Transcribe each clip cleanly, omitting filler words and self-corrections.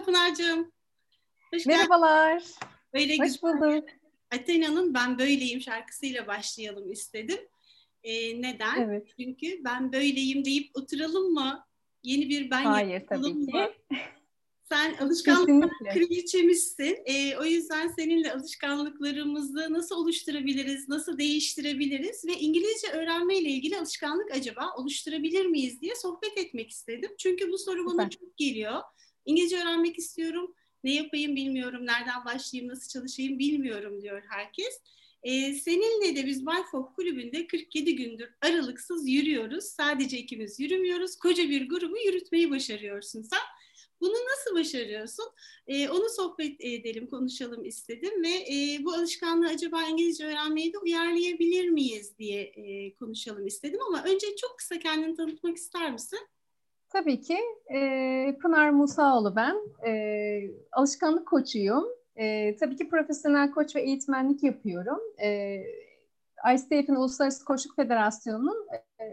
Pınar'cığım. Hoş geldin. Merhabalar. Böyle güzel Hoş bulduk. Athena'nın Ben Böyleyim şarkısıyla başlayalım istedim. Neden? Evet. Çünkü ben böyleyim deyip oturalım mı? Yeni bir ben Hayır tabii yaratalım mı? ki. Sen alışkanlıkların Kesinlikle. kraliçemizsin. O yüzden seninle alışkanlıklarımızı nasıl oluşturabiliriz, nasıl değiştirebiliriz ve İngilizce öğrenme ile ilgili alışkanlık acaba oluşturabilir miyiz diye sohbet etmek istedim. Çünkü bu soru bana Süper. çok geliyor. İngilizce öğrenmek istiyorum. Ne yapayım bilmiyorum, nereden başlayayım, nasıl çalışayım bilmiyorum diyor herkes. Seninle de biz Bayfok Kulübü'nde 47 gündür aralıksız yürüyoruz. Sadece ikimiz yürümüyoruz. Koca bir grubu yürütmeyi başarıyorsun sen. Bunu nasıl başarıyorsun? Onu sohbet edelim, konuşalım istedim ve bu alışkanlığı acaba İngilizce öğrenmeyi de uyarlayabilir miyiz diye konuşalım istedim. Ama önce çok kısa kendini tanıtmak ister misin? Tabii ki. Pınar Musaoğlu ben. Alışkanlık koçuyum. Tabii ki profesyonel koç ve eğitmenlik yapıyorum. ICF'in Uluslararası Koçluk Federasyonu'nun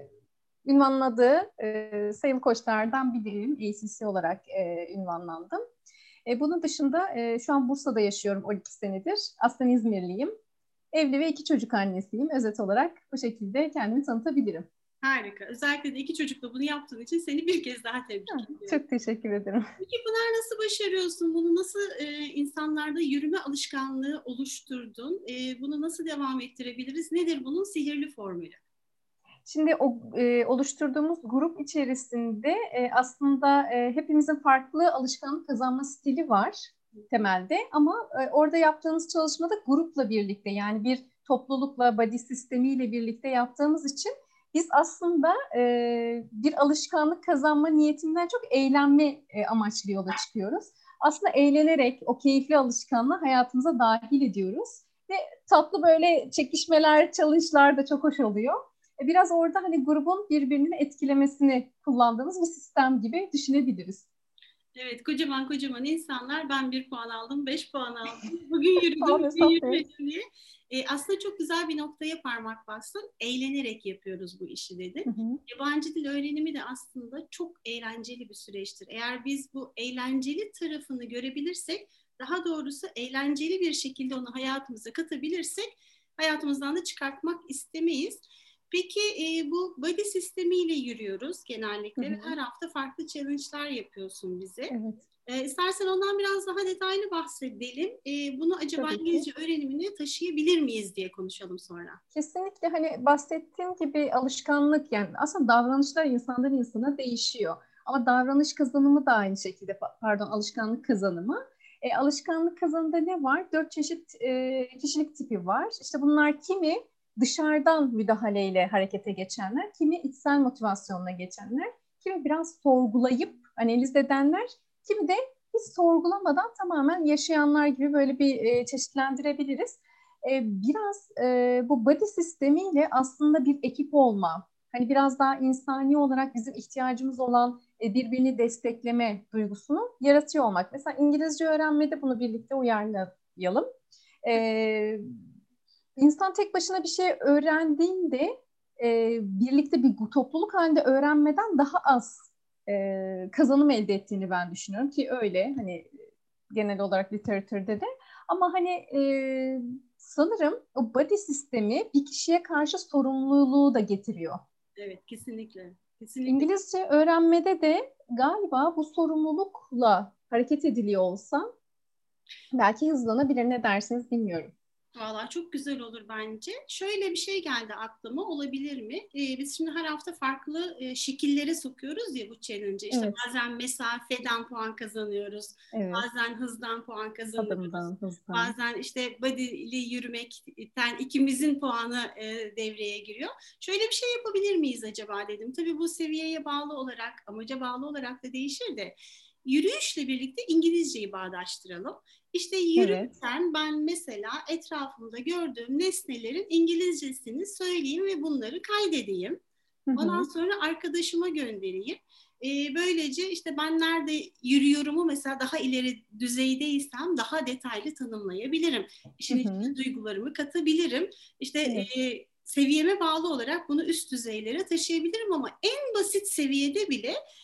ünvanladığı sayılı koçlardan biriyim. ACC olarak ünvanlandım. Bunun dışında şu an Bursa'da yaşıyorum 12 senedir. Aslen İzmirliyim. Evli ve 2 çocuk annesiyim. Özet olarak bu şekilde kendimi tanıtabilirim. Harika. Özellikle de iki çocukla bunu yaptığın için seni bir kez daha tebrik ediyorum. Çok teşekkür ederim. Peki Pınar, nasıl başarıyorsun? Bunu nasıl insanlarda yürüme alışkanlığı oluşturdun? Bunu nasıl devam ettirebiliriz? Nedir bunun sihirli formülü? Şimdi oluşturduğumuz grup içerisinde aslında hepimizin farklı alışkanlık kazanma stili var temelde. Ama orada yaptığımız çalışmada grupla birlikte, yani bir toplulukla, body sistemiyle birlikte yaptığımız için biz aslında bir alışkanlık kazanma niyetinden çok eğlenme amaçlı yola çıkıyoruz. Aslında eğlenerek o keyifli alışkanlığı hayatımıza dahil ediyoruz. Ve tatlı böyle çekişmeler, challenge'lar da çok hoş oluyor. Biraz orada hani grubun birbirini etkilemesini kullandığımız bir sistem gibi düşünebiliriz. Evet, kocaman kocaman insanlar, ben 1 puan aldım, 5 puan aldım, bugün yürüdüm, Tamam, bugün hesaplıyoruz. yürümedim diye. Aslında çok güzel bir noktaya parmak bastın. Eğlenerek yapıyoruz bu işi Hı dedin. hı. Yabancı dil öğrenimi de aslında çok eğlenceli bir süreçtir. Eğer biz bu eğlenceli tarafını görebilirsek, daha doğrusu eğlenceli bir şekilde onu hayatımıza katabilirsek, hayatımızdan da çıkartmak istemeyiz. Peki bu body sistemiyle yürüyoruz Hı genellikle ve hı. her hafta farklı challenge'lar yapıyorsun bize. Evet, İstersen ondan biraz daha detaylı bahsedelim. Bunu acaba tabii ki. İngilizce öğrenimine taşıyabilir miyiz diye konuşalım sonra. Kesinlikle hani bahsettiğim gibi alışkanlık, yani aslında davranışlar insandan insana değişiyor. Ama davranış kazanımı da aynı şekilde, pardon, alışkanlık kazanımı. Alışkanlık kazanımında ne var? 4 çeşit kişilik tipi var. İşte bunlar kimi dışarıdan müdahaleyle harekete geçenler, kimi içsel motivasyonla geçenler, kimi biraz sorgulayıp analiz edenler, kimi de hiç sorgulamadan tamamen yaşayanlar gibi böyle bir çeşitlendirebiliriz. Biraz bu body sistemiyle aslında bir ekip olma, hani biraz daha insani olarak bizim ihtiyacımız olan birbirini destekleme duygusunu yaratıyor olmak. Mesela İngilizce öğrenmede bunu birlikte uyarlayalım. E, insan tek başına bir şey öğrendiğinde birlikte bir topluluk halinde öğrenmeden daha az kazanım elde ettiğini ben düşünüyorum ki öyle hani genel olarak literatürde de. Ama hani sanırım o body sistemi bir kişiye karşı sorumluluğu da getiriyor. Evet, kesinlikle. Kesinlikle. İngilizce öğrenmede de galiba bu sorumlulukla hareket ediliyor olsa belki hızlanabilir, ne dersiniz bilmiyorum. Valla çok güzel olur bence. Şöyle bir şey geldi aklıma, olabilir mi? Biz şimdi her hafta farklı şekillere sokuyoruz ya bu challenge'ı. İşte Evet, bazen mesafeden puan kazanıyoruz. evet. Bazen hızdan puan kazanıyoruz. Adımdan, hızdan. Bazen işte body'li yürümekten ikimizin puanı devreye giriyor. Şöyle bir şey yapabilir miyiz acaba dedim. Tabii bu seviyeye bağlı olarak, amaca bağlı olarak da değişir de. Yürüyüşle birlikte İngilizceyi bağdaştıralım. İşte Evet. yürürken ben mesela etrafımda gördüğüm nesnelerin İngilizcesini söyleyeyim ve bunları kaydedeyim. Hı Ondan hı. sonra arkadaşıma göndereyim. Böylece işte ben nerede yürüyorumu mesela daha ileri düzeydeysem daha detaylı tanımlayabilirim. Hı İşin hı. içine duygularımı katabilirim. İşte Evet. seviyeme bağlı olarak bunu üst düzeylere taşıyabilirim ama en basit seviyede bile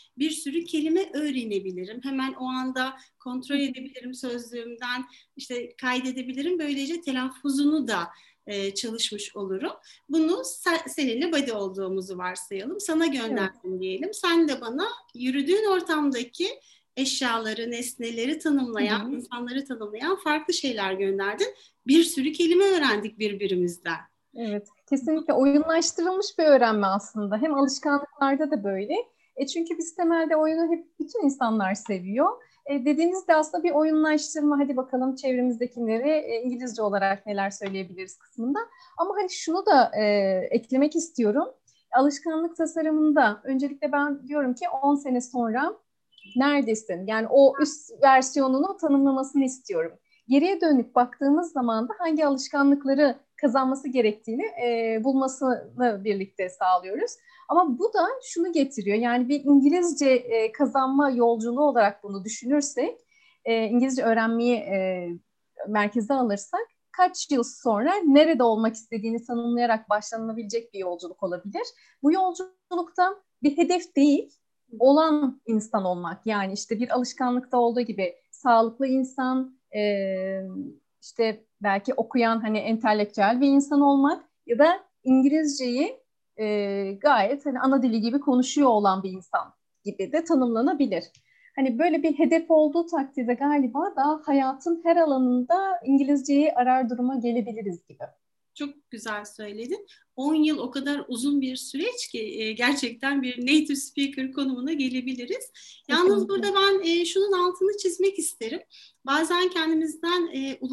bir sürü kelime öğrenebilirim. Hemen o anda kontrol edebilirim sözlüğümden, işte kaydedebilirim. Böylece telaffuzunu da çalışmış olurum. Bunu seninle buddy olduğumuzu varsayalım. Sana gönderdim Evet. diyelim. Sen de bana yürüdüğün ortamdaki eşyaları, nesneleri tanımlayan, insanları tanımlayan farklı şeyler gönderdin. Bir sürü kelime öğrendik birbirimizden. Evet, kesinlikle oyunlaştırılmış bir öğrenme aslında. Hem alışkanlıklarda da böyle. Çünkü biz temelde oyunu hep bütün insanlar seviyor. Dediğiniz de aslında bir oyunlaştırma. Hadi bakalım çevremizdekileri İngilizce olarak neler söyleyebiliriz kısmında. Ama hani şunu da eklemek istiyorum. Alışkanlık tasarımında öncelikle ben diyorum ki 10 sene sonra neredesin? Yani o üst versiyonunu tanımlamasını istiyorum. Geriye dönük baktığımız zaman da hangi alışkanlıkları kazanması gerektiğini bulmasını birlikte sağlıyoruz. Ama bu da şunu getiriyor. Yani bir İngilizce kazanma yolculuğu olarak bunu düşünürsek, İngilizce öğrenmeyi merkeze alırsak kaç yıl sonra nerede olmak istediğini tanımlayarak başlanabilecek bir yolculuk olabilir. Bu yolculukta bir hedef değil, olan insan olmak. Yani işte bir alışkanlıkta olduğu gibi sağlıklı insan, işte belki okuyan hani entelektüel bir insan olmak ya da İngilizceyi gayet hani ana dili gibi konuşuyor olan bir insan gibi de tanımlanabilir. Hani böyle bir hedef olduğu takdirde galiba da hayatın her alanında İngilizceyi arar duruma gelebiliriz gibi. Çok güzel söyledin. 10 yıl o kadar uzun bir süreç ki gerçekten bir native speaker konumuna gelebiliriz. Yalnız Kesinlikle. burada ben şunun altını çizmek isterim. Bazen kendimizden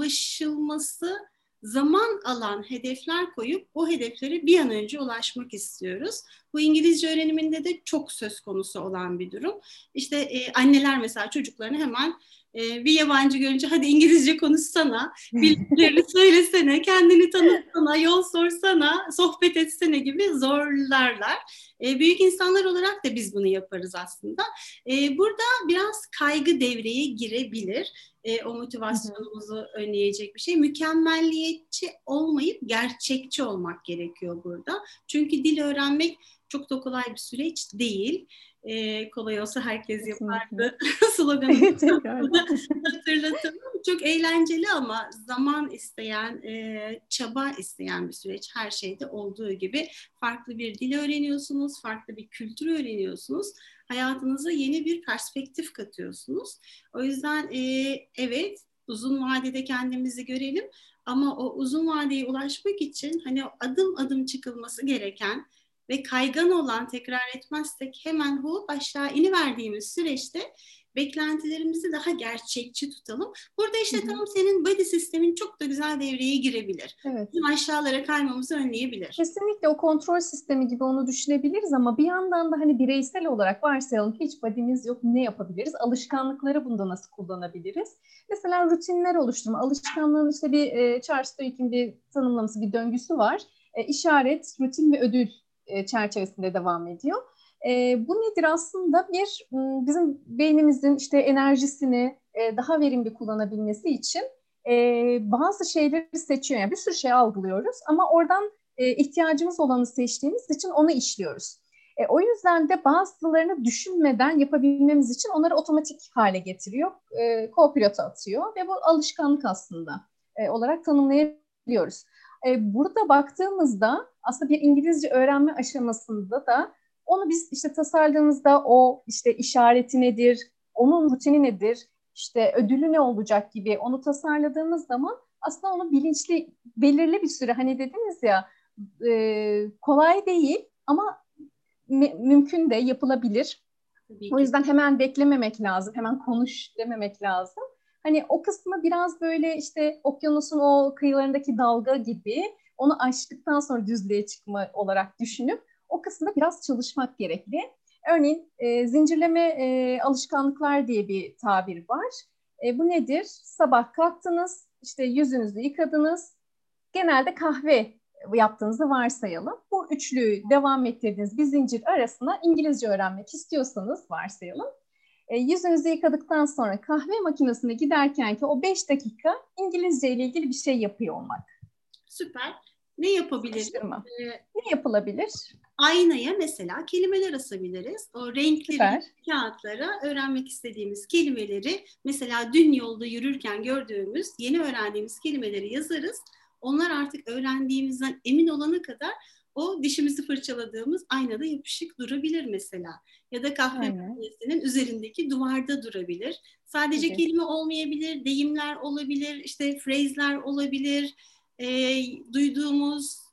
ulaşılması zaman alan hedefler koyup o hedeflere bir an önce ulaşmak istiyoruz. Bu İngilizce öğreniminde de çok söz konusu olan bir durum. İşte anneler mesela çocuklarını hemen bir yabancı görünce hadi İngilizce konuşsana, bildiklerini söylesene, kendini tanıtsana, yol sorsana, sohbet etsene gibi zorlarlar. Büyük insanlar olarak da biz bunu yaparız aslında. Burada biraz kaygı devreye girebilir. O motivasyonumuzu önleyecek bir şey. Mükemmelliyetçi olmayıp gerçekçi olmak gerekiyor burada. Çünkü dil öğrenmek çok da kolay bir süreç değil. Kolay olsa herkes Kesinlikle. yapardı sloganımızı Tekrar. hatırlatalım. Çok eğlenceli ama zaman isteyen, çaba isteyen bir süreç. Her şeyde olduğu gibi farklı bir dil öğreniyorsunuz, farklı bir kültür öğreniyorsunuz. Hayatınıza yeni bir perspektif katıyorsunuz. O yüzden evet, uzun vadede kendimizi görelim ama o uzun vadeye ulaşmak için hani adım adım çıkılması gereken ve kaygan olan, tekrar etmezsek hemen hop aşağı iniverdiğimiz süreçte beklentilerimizi daha gerçekçi tutalım. Burada işte tam senin body sistemin çok da güzel devreye girebilir. Evet. Bizim aşağılara kaymamızı önleyebilir. Kesinlikle o kontrol sistemi gibi onu düşünebiliriz ama bir yandan da hani bireysel olarak varsayalım hiç body'miz yok, ne yapabiliriz? Alışkanlıkları bunda nasıl kullanabiliriz? Mesela rutinler oluşturma. Alışkanlığın işte bir Charles Duhigg'in bir tanımlaması, bir döngüsü var. İşaret, rutin ve ödül çerçevesinde devam ediyor. Bu nedir aslında? Bizim beynimizin işte enerjisini daha verimli kullanabilmesi için bazı şeyleri seçiyor. Yani bir sürü şey algılıyoruz ama oradan ihtiyacımız olanı seçtiğimiz için onu işliyoruz. O yüzden de bazılarını düşünmeden yapabilmemiz için onları otomatik hale getiriyor. Co-pilot'a atıyor ve bu alışkanlık aslında olarak tanımlayabiliyoruz. Burada baktığımızda aslında bir İngilizce öğrenme aşamasında da onu biz işte tasarladığımızda o işte işareti nedir, onun rutini nedir, işte ödülü ne olacak gibi onu tasarladığımız zaman aslında onu bilinçli belirli bir süre hani dediniz ya kolay değil ama mümkün de yapılabilir. Tabii O ki. yüzden hemen beklememek lazım, hemen konuş dememek lazım. Hani o kısmı biraz böyle işte okyanusun o kıyılarındaki dalga gibi onu aştıktan sonra düzlüğe çıkma olarak düşünüp o kısımda biraz çalışmak gerekli. Örneğin zincirleme alışkanlıklar diye bir tabir var. Bu nedir? Sabah kalktınız, işte yüzünüzü yıkadınız, genelde kahve yaptığınızı varsayalım. Bu üçlüyü devam ettirdiğiniz bir zincir arasına İngilizce öğrenmek istiyorsanız varsayalım. Yüzünüzü yıkadıktan sonra kahve makinesine giderken ki o 5 dakika İngilizce ile ilgili bir şey yapıyor olmak. Süper. Ne yapabilirim? Sıkıştırma. Ne yapılabilir? aynaya mesela kelimeler asabiliriz. O renkli Süper. kağıtlara öğrenmek istediğimiz kelimeleri, mesela dün yolda yürürken gördüğümüz, yeni öğrendiğimiz kelimeleri yazarız. Onlar artık öğrendiğimizden emin olana kadar o dişimizi fırçaladığımız aynada yapışık durabilir mesela. Ya da kahve Aynen. makinesinin üzerindeki duvarda durabilir. Sadece Gibi. kelime olmayabilir, deyimler olabilir, işte phrase'ler olabilir, duyduğumuz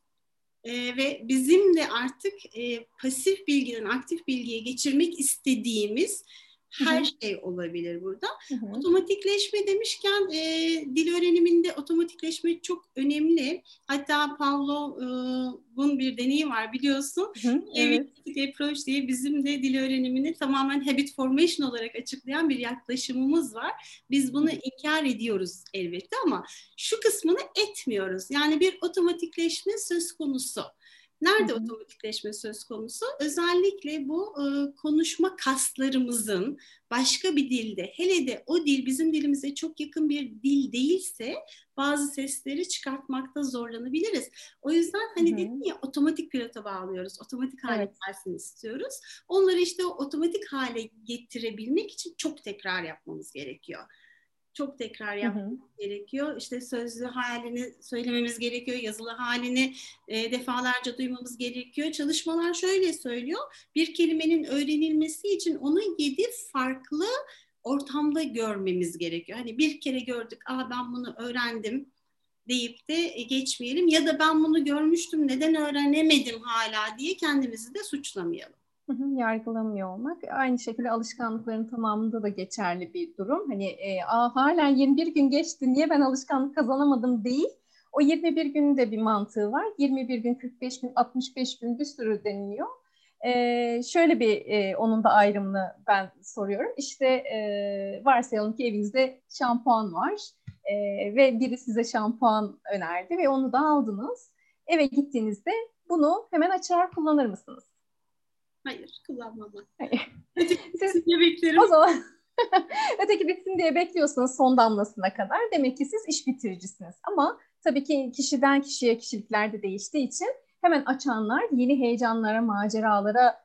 ve bizim de artık pasif bilgiden aktif bilgiye geçirmek istediğimiz Hı her hı. şey olabilir burada. Hı hı. Otomatikleşme demişken dil öğreniminde otomatikleşme çok önemli. Hatta Pavlov'un bir deneyi var biliyorsun. Hı hı. Evet. Linguistic approach diye bizim de dil öğrenimini tamamen habit formation olarak açıklayan bir yaklaşımımız var. Biz bunu inkar ediyoruz elbette ama şu kısmını etmiyoruz. Yani bir otomatikleşme söz konusu. Hı Nerede hı. otomatikleşme söz konusu? Özellikle bu konuşma kaslarımızın başka bir dilde, hele de o dil bizim dilimize çok yakın bir dil değilse bazı sesleri çıkartmakta zorlanabiliriz. O yüzden Hı hani hı. dedim ya, otomatik pilota bağlıyoruz, otomatik hale Evet. gelsin istiyoruz. Onları işte o otomatik hale getirebilmek için çok tekrar yapmamız gerekiyor. Çok tekrar Hı hı. yapmamız gerekiyor. İşte sözlü halini söylememiz gerekiyor. Yazılı halini defalarca duymamız gerekiyor. Çalışmalar şöyle söylüyor. Bir kelimenin öğrenilmesi için onu 7 farklı ortamda görmemiz gerekiyor. Hani bir kere gördük, ben bunu öğrendim deyip de geçmeyelim. Ya da ben bunu görmüştüm, neden öğrenemedim hala diye kendimizi de suçlamayalım. Hı hı, yargılamıyor olmak. Aynı şekilde alışkanlıkların tamamında da geçerli bir durum. Hani hala 21 gün geçti, niye ben alışkanlık kazanamadım değil. O 21 günün de bir mantığı var. 21 gün, 45 gün, 65 gün bir sürü deniliyor. Şöyle bir onun da ayrımını ben soruyorum. İşte varsayalım ki evinizde şampuan var ve biri size şampuan önerdi ve onu da aldınız. Eve gittiğinizde bunu hemen açar kullanır mısınız? Hayır, kullanmamak. Siz Öteki beklerim. o zaman öteki bitsin diye bekliyorsanız son damlasına kadar demek ki siz iş bitiricisiniz. Ama tabii ki kişiden kişiye kişilikler de değiştiği için hemen açanlar yeni heyecanlara, maceralara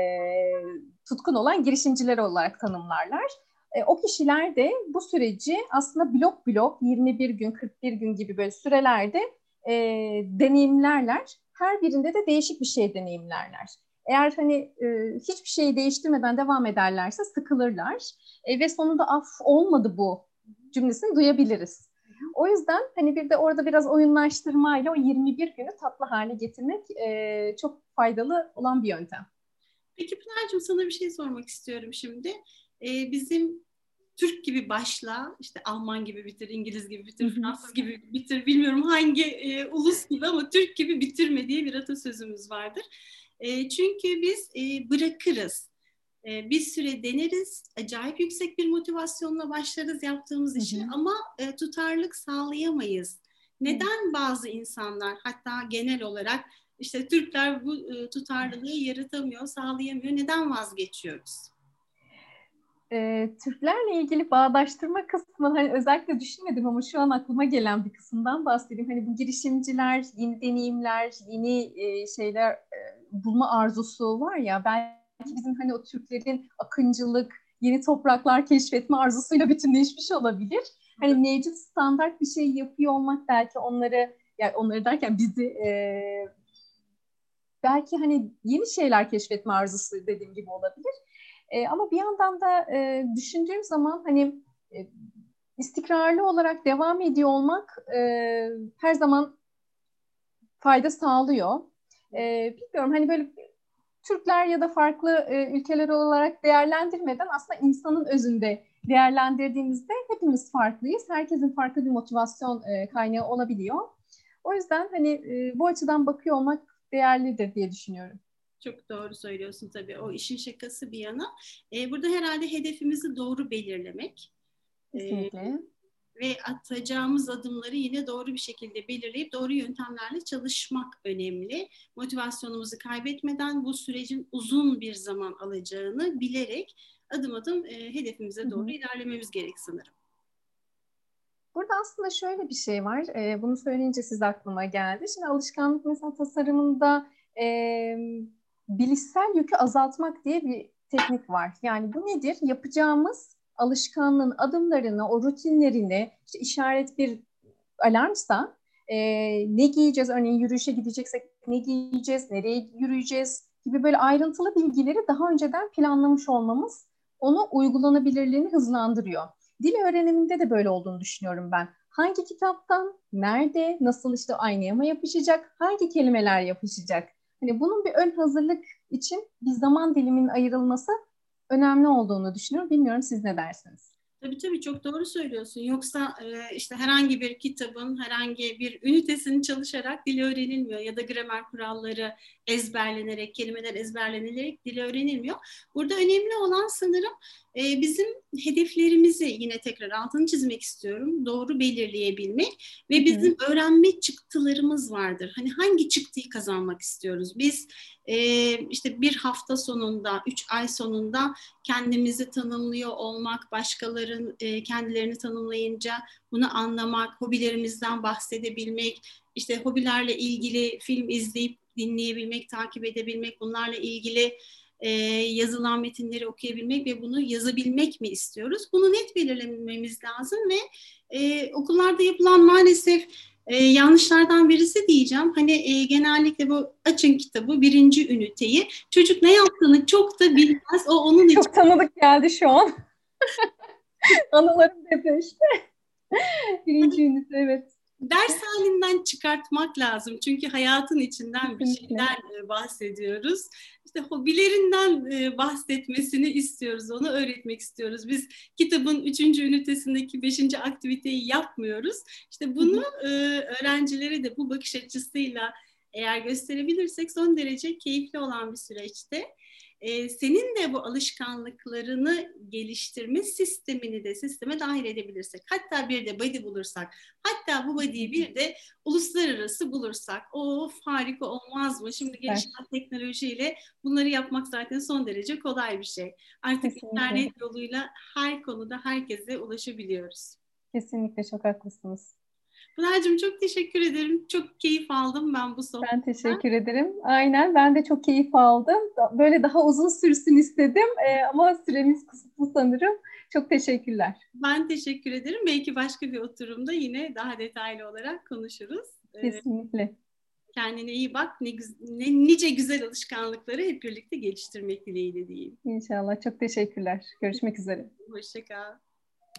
tutkun olan girişimciler olarak tanımlarlar. O kişiler de bu süreci aslında blok blok 21 gün, 41 gün gibi böyle sürelerde deneyimlerler. Her birinde de değişik bir şey deneyimlerler. Eğer hani hiçbir şeyi değiştirmeden devam ederlerse sıkılırlar ve sonunda af olmadı bu cümlesini duyabiliriz. O yüzden hani bir de orada biraz oyunlaştırmayla o 21 günü tatlı hale getirmek çok faydalı olan bir yöntem. Peki Pınar'cığım, sana bir şey sormak istiyorum şimdi. Bizim Türk gibi başla, işte Alman gibi bitir, İngiliz gibi Hı bitir, hı. Fransız gibi bitir, bilmiyorum hangi ulus gibi, ama Türk gibi bitirme diye bir atasözümüz vardır. Çünkü biz bırakırız. Bir süre deneriz, acayip yüksek bir motivasyonla başlarız yaptığımız Hı işi hı. ama tutarlılık sağlayamayız. Evet. Neden bazı insanlar, hatta genel olarak işte Türkler bu tutarlılığı yaratamıyor, sağlayamıyor? Neden vazgeçiyoruz? Türklerle ilgili bağdaştırma kısmını hani özellikle düşünmedim ama şu an aklıma gelen bir kısımdan bahsedeyim. Hani bu girişimciler, yeni deneyimler, yeni şeyler bulma arzusu var ya, belki bizim hani o Türklerin akıncılık, yeni topraklar keşfetme arzusuyla bütünleşmiş olabilir. Hani mevcut standart bir şey yapıyor olmak belki onları, yani onları derken bizi belki hani yeni şeyler keşfetme arzusu dediğim gibi olabilir. Ama bir yandan da düşündüğüm zaman hani e, istikrarlı olarak devam ediyor olmak her zaman fayda sağlıyor. Bilmiyorum hani böyle Türkler ya da farklı ülkeler olarak değerlendirmeden aslında insanın özünde değerlendirdiğimizde hepimiz farklıyız. Herkesin farklı bir motivasyon kaynağı olabiliyor. O yüzden hani bu açıdan bakıyor olmak değerlidir diye düşünüyorum. Çok doğru söylüyorsun tabii. O işin şakası bir yana. Burada herhalde hedefimizi doğru belirlemek Kesinlikle. ve atacağımız adımları yine doğru bir şekilde belirleyip doğru yöntemlerle çalışmak önemli. Motivasyonumuzu kaybetmeden bu sürecin uzun bir zaman alacağını bilerek adım adım Hı hedefimize doğru hı. ilerlememiz gerek sanırım. Burada aslında şöyle bir şey var. Bunu söyleyince siz aklıma geldi. Şimdi alışkanlık mesela tasarımında bilişsel yükü azaltmak diye bir teknik var. Yani bu nedir? Yapacağımız alışkanlığın adımlarını, o rutinlerini, işte işaret bir alarmsa ne giyeceğiz, örneğin yürüyüşe gideceksek ne giyeceğiz, nereye yürüyeceğiz gibi böyle ayrıntılı bilgileri daha önceden planlamış olmamız onu uygulanabilirliğini hızlandırıyor. Dil öğreniminde de böyle olduğunu düşünüyorum ben. Hangi kitaptan, nerede, nasıl işte aynaya mı yapışacak, hangi kelimeler yapışacak? Hani bunun bir ön hazırlık için bir zaman diliminin ayrılması önemli olduğunu düşünüyorum. Bilmiyorum siz ne dersiniz? Tabii tabii, çok doğru söylüyorsun. Yoksa işte herhangi bir kitabın herhangi bir ünitesini çalışarak dil öğrenilmiyor ya da gramer kuralları ezberlenerek, kelimeler ezberlenerek dil öğrenilmiyor. Burada önemli olan sanırım bizim hedeflerimizi, yine tekrar altını çizmek istiyorum, doğru belirleyebilmek ve bizim öğrenme çıktılarımız vardır. Hani hangi çıktıyı kazanmak istiyoruz? Biz işte bir hafta sonunda, 3 ay sonunda kendimizi tanımlıyor olmak, başkalarının kendilerini tanımlayınca bunu anlamak, hobilerimizden bahsedebilmek, işte hobilerle ilgili film izleyip dinleyebilmek, takip edebilmek, bunlarla ilgili yazılan metinleri okuyabilmek ve bunu yazabilmek mi istiyoruz? Bunu net belirlememiz lazım ve okullarda yapılan maalesef yanlışlardan birisi diyeceğim. Hani genellikle bu açın kitabı, birinci üniteyi. Çocuk ne yaptığını çok da bilmez. O onun için. Çok tanıdık geldi şu an. Anılarım depreşti. Birinci ünite, evet. Ders halinden çıkartmak lazım. Çünkü hayatın içinden bir Kesinlikle. şeyden bahsediyoruz. İşte hobilerinden bahsetmesini istiyoruz. Onu öğretmek istiyoruz. Biz kitabın 3. ünitesindeki 5. aktiviteyi yapmıyoruz. İşte bunu öğrencilere de bu bakış açısıyla eğer gösterebilirsek son derece keyifli olan bir süreçte. Senin de bu alışkanlıklarını geliştirme sistemini de sisteme dahil edebilirsek, hatta bir de body bulursak, hatta bu body'yi bir de uluslararası bulursak, of harika olmaz mı? Şimdi gelişen teknolojiyle bunları yapmak zaten son derece kolay bir şey. Artık Kesinlikle. internet yoluyla her konuda herkese ulaşabiliyoruz. Kesinlikle çok haklısınız. Pınar'cığım çok teşekkür ederim. Çok keyif aldım ben bu sohbetten. Ben teşekkür ederim. Aynen, ben de çok keyif aldım. Böyle daha uzun sürsün istedim ama süremiz kısıtlı sanırım. Çok teşekkürler. Ben teşekkür ederim. Belki başka bir oturumda yine daha detaylı olarak konuşuruz. Kesinlikle. Kendine iyi bak. Nice güzel alışkanlıkları hep birlikte geliştirmek dileğiyle diyeyim. İnşallah. Çok teşekkürler. Görüşmek üzere. Hoşça kal.